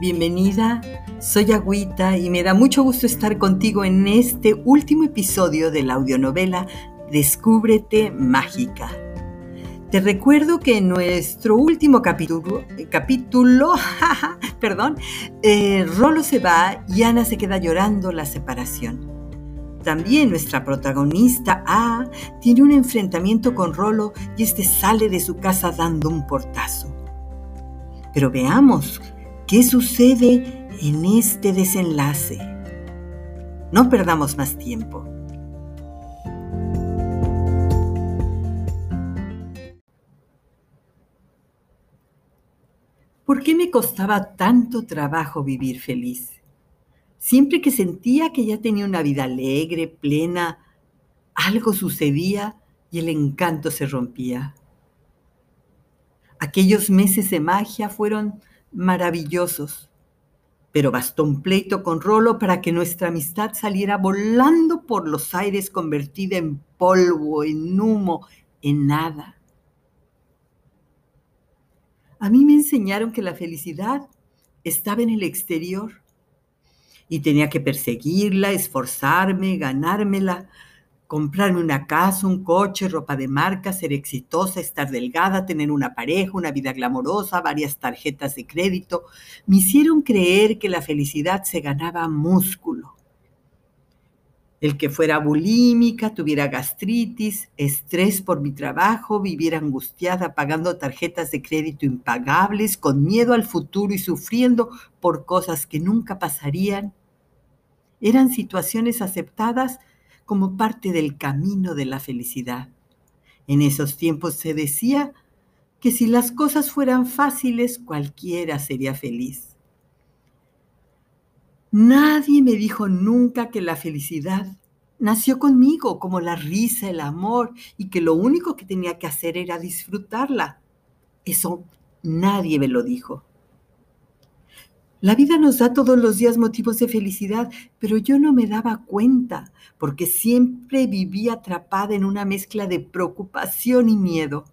Bienvenida, soy Agüita y me da mucho gusto estar contigo en este último episodio de la audionovela Descúbrete Mágica. Te recuerdo que en nuestro último capítulo, Rolo se va y Ana se queda llorando la separación. También nuestra protagonista A tiene un enfrentamiento con Rolo y este sale de su casa dando un portazo. Pero veamos qué sucede en este desenlace. No perdamos más tiempo. ¿Por qué me costaba tanto trabajo vivir feliz? Siempre que sentía que ya tenía una vida alegre, plena, algo sucedía y el encanto se rompía. Aquellos meses de magia fueron maravillosos, pero bastó un pleito con Rolo para que nuestra amistad saliera volando por los aires, convertida en polvo, en humo, en nada. A mí me enseñaron que la felicidad estaba en el exterior y tenía que perseguirla, esforzarme, ganármela, comprarme una casa, un coche, ropa de marca, ser exitosa, estar delgada, tener una pareja, una vida glamorosa, varias tarjetas de crédito. Me hicieron creer que la felicidad se ganaba a músculo. El que fuera bulímica, tuviera gastritis, estrés por mi trabajo, viviera angustiada pagando tarjetas de crédito impagables, con miedo al futuro y sufriendo por cosas que nunca pasarían, eran situaciones aceptadas como parte del camino de la felicidad. En esos tiempos se decía que si las cosas fueran fáciles, cualquiera sería feliz. Nadie me dijo nunca que la felicidad nació conmigo, como la risa, el amor, y que lo único que tenía que hacer era disfrutarla. Eso nadie me lo dijo. La vida nos da todos los días motivos de felicidad, pero yo no me daba cuenta, porque siempre vivía atrapada en una mezcla de preocupación y miedo.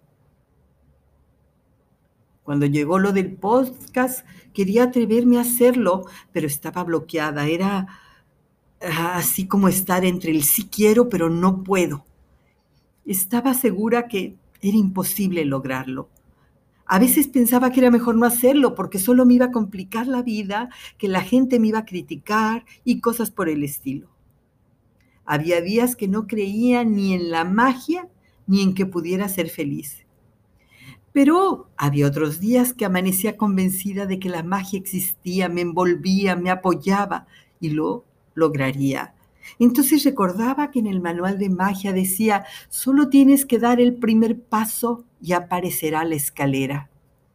Cuando llegó lo del podcast, quería atreverme a hacerlo, pero estaba bloqueada. Era así como estar entre el sí quiero, pero no puedo. Estaba segura que era imposible lograrlo. A veces pensaba que era mejor no hacerlo porque solo me iba a complicar la vida, que la gente me iba a criticar y cosas por el estilo. Había días que no creía ni en la magia ni en que pudiera ser feliz. Pero había otros días que amanecía convencida de que la magia existía, me envolvía, me apoyaba y lo lograría. Entonces recordaba que en el manual de magia decía, solo tienes que dar el primer paso y aparecerá la escalera.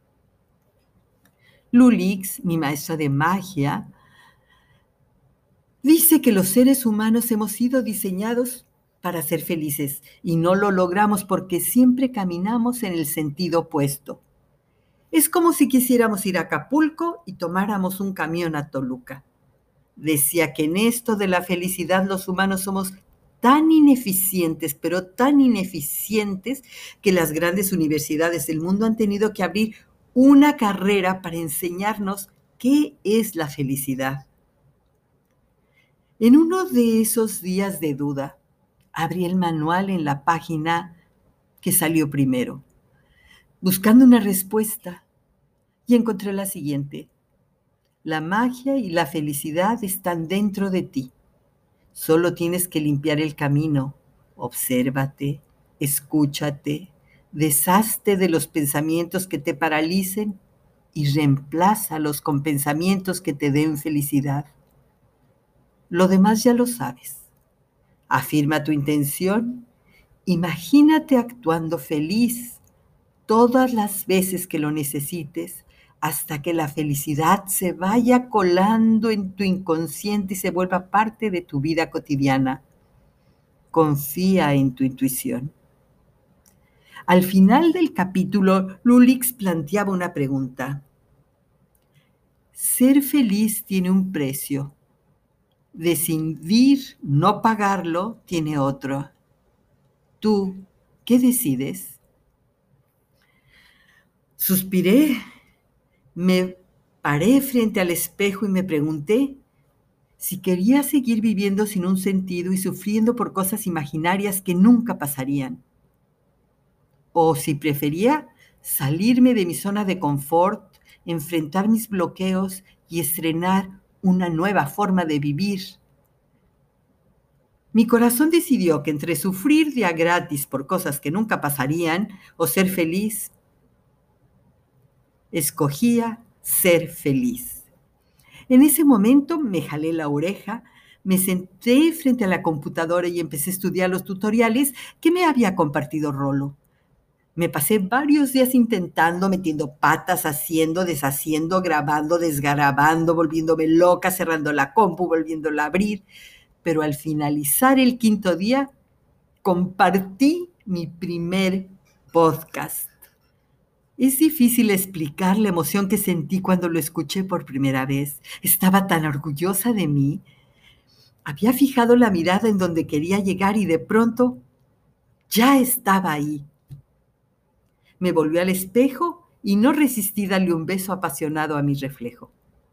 Lulix, mi maestra de magia, dice que los seres humanos hemos sido diseñados para ser felices y no lo logramos porque siempre caminamos en el sentido opuesto. Es como si quisiéramos ir a Acapulco y tomáramos un camión a Toluca. Decía que en esto de la felicidad los humanos somos tan ineficientes, pero tan ineficientes, que las grandes universidades del mundo han tenido que abrir una carrera para enseñarnos qué es la felicidad. En uno de esos días de duda, abrí el manual en la página que salió primero, buscando una respuesta, y encontré la siguiente. La magia y la felicidad están dentro de ti. Solo tienes que limpiar el camino. Obsérvate, escúchate, deshazte de los pensamientos que te paralicen y reemplázalos con pensamientos que te den felicidad. Lo demás ya lo sabes. Afirma tu intención. Imagínate actuando feliz todas las veces que lo necesites, hasta que la felicidad se vaya colando en tu inconsciente y se vuelva parte de tu vida cotidiana. Confía en tu intuición. Al final del capítulo, Lulix planteaba una pregunta. Ser feliz tiene un precio. Decidir no pagarlo tiene otro. ¿Tú qué decides? Suspiré. Me Paré frente al espejo y me pregunté si quería seguir viviendo sin un sentido y sufriendo por cosas imaginarias que nunca pasarían, o si prefería salirme de mi zona de confort, enfrentar mis bloqueos y estrenar una nueva forma de vivir. Mi corazón decidió que entre sufrir día gratis por cosas que nunca pasarían o ser feliz, escogía ser feliz. En ese momento me jalé la oreja, me senté frente a la computadora y empecé a estudiar los tutoriales que me había compartido Rolo. Me pasé varios días intentando, metiendo patas, haciendo, deshaciendo, grabando, desgrabando, volviéndome loca, cerrando la compu, volviéndola a abrir. Pero al finalizar el quinto día, compartí mi primer podcast. Es difícil explicar la emoción que sentí cuando lo escuché por primera vez. Estaba tan orgullosa de mí. Había fijado la mirada en donde quería llegar y de pronto ya estaba ahí. Me volví al espejo y no resistí darle un beso apasionado a mi reflejo.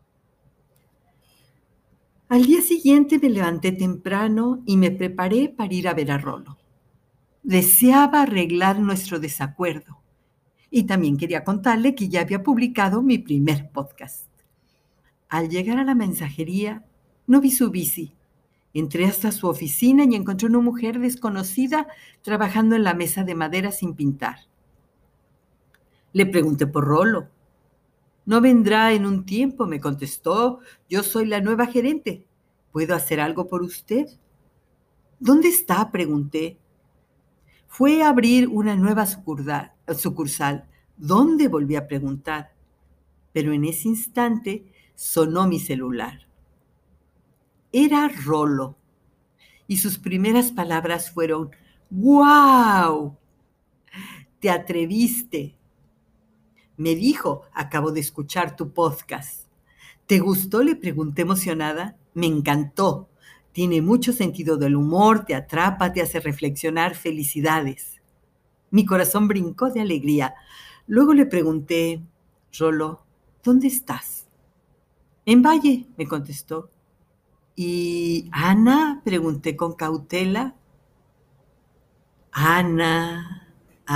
Al día siguiente me levanté temprano y me preparé para ir a ver a Rolo. Deseaba arreglar nuestro desacuerdo y también quería contarle que ya había publicado mi primer podcast. Al llegar a la mensajería, no vi su bici. Entré hasta su oficina y encontré una mujer desconocida trabajando en la mesa de madera sin pintar. Le pregunté por Rolo. No vendrá en un tiempo, me contestó. Yo soy la nueva gerente. ¿Puedo hacer algo por usted? ¿Dónde está?, pregunté. Fue a abrir una nueva sucursal. ¿Dónde?, volví a preguntar. Pero en ese instante sonó mi celular. Era Rolo. Y sus primeras palabras fueron: ¡Guau! Te atreviste. Me dijo: acabo de escuchar tu podcast. ¿Te gustó?, le pregunté emocionada. Me encantó. Tiene mucho sentido del humor, te atrapa, te hace reflexionar. Felicidades. Mi corazón brincó de alegría. Luego le pregunté: Rolo, ¿dónde estás? En Valle, me contestó. ¿Y Ana?, pregunté con cautela. Ana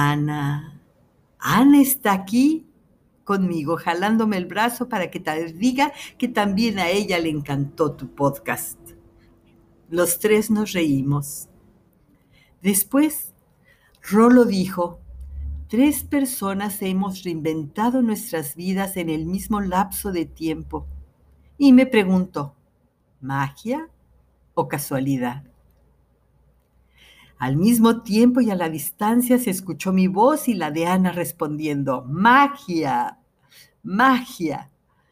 está aquí conmigo, jalándome el brazo para que te diga que también a ella le encantó tu podcast. Los tres nos reímos. Después, Rolo dijo: 3 personas hemos reinventado nuestras vidas en el mismo lapso de tiempo. Y me preguntó: ¿magia o casualidad? Al mismo tiempo y a la distancia se escuchó mi voz y la de Ana respondiendo: ¡magia! ¡Magia!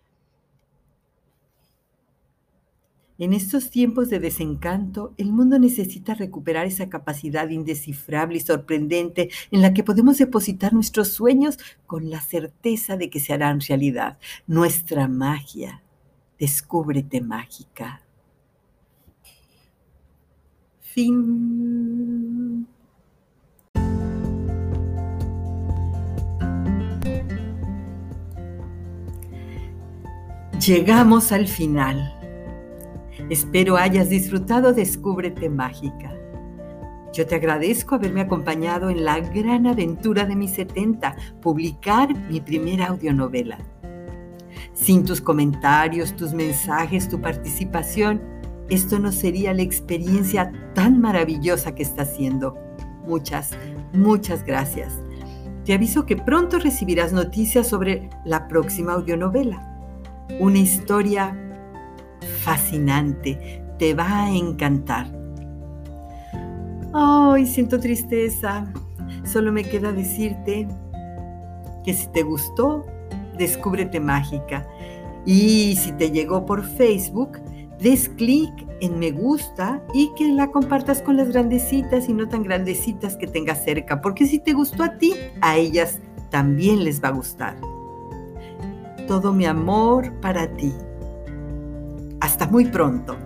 En estos tiempos de desencanto, el mundo necesita recuperar esa capacidad indescifrable y sorprendente en la que podemos depositar nuestros sueños con la certeza de que se harán realidad. Nuestra magia. Descúbrete mágica. Fin. Llegamos al final. Espero hayas disfrutado Descúbrete Mágica. Yo te agradezco haberme acompañado en la gran aventura de mis 70, publicar mi primera audionovela. Sin tus comentarios, tus mensajes, tu participación, esto no sería la experiencia tan maravillosa que está siendo. Muchas, muchas gracias. Te aviso que pronto recibirás noticias sobre la próxima audionovela. Una historia fascinante, te va a encantar. Ay, siento tristeza. Solo me queda decirte que si te gustó, Descúbrete Mágica. Y si te llegó por Facebook, des clic en me gusta y que la compartas con las grandecitas y no tan grandecitas que tengas cerca, porque si te gustó a ti, a ellas también les va a gustar. Todo mi amor para ti. Hasta muy pronto.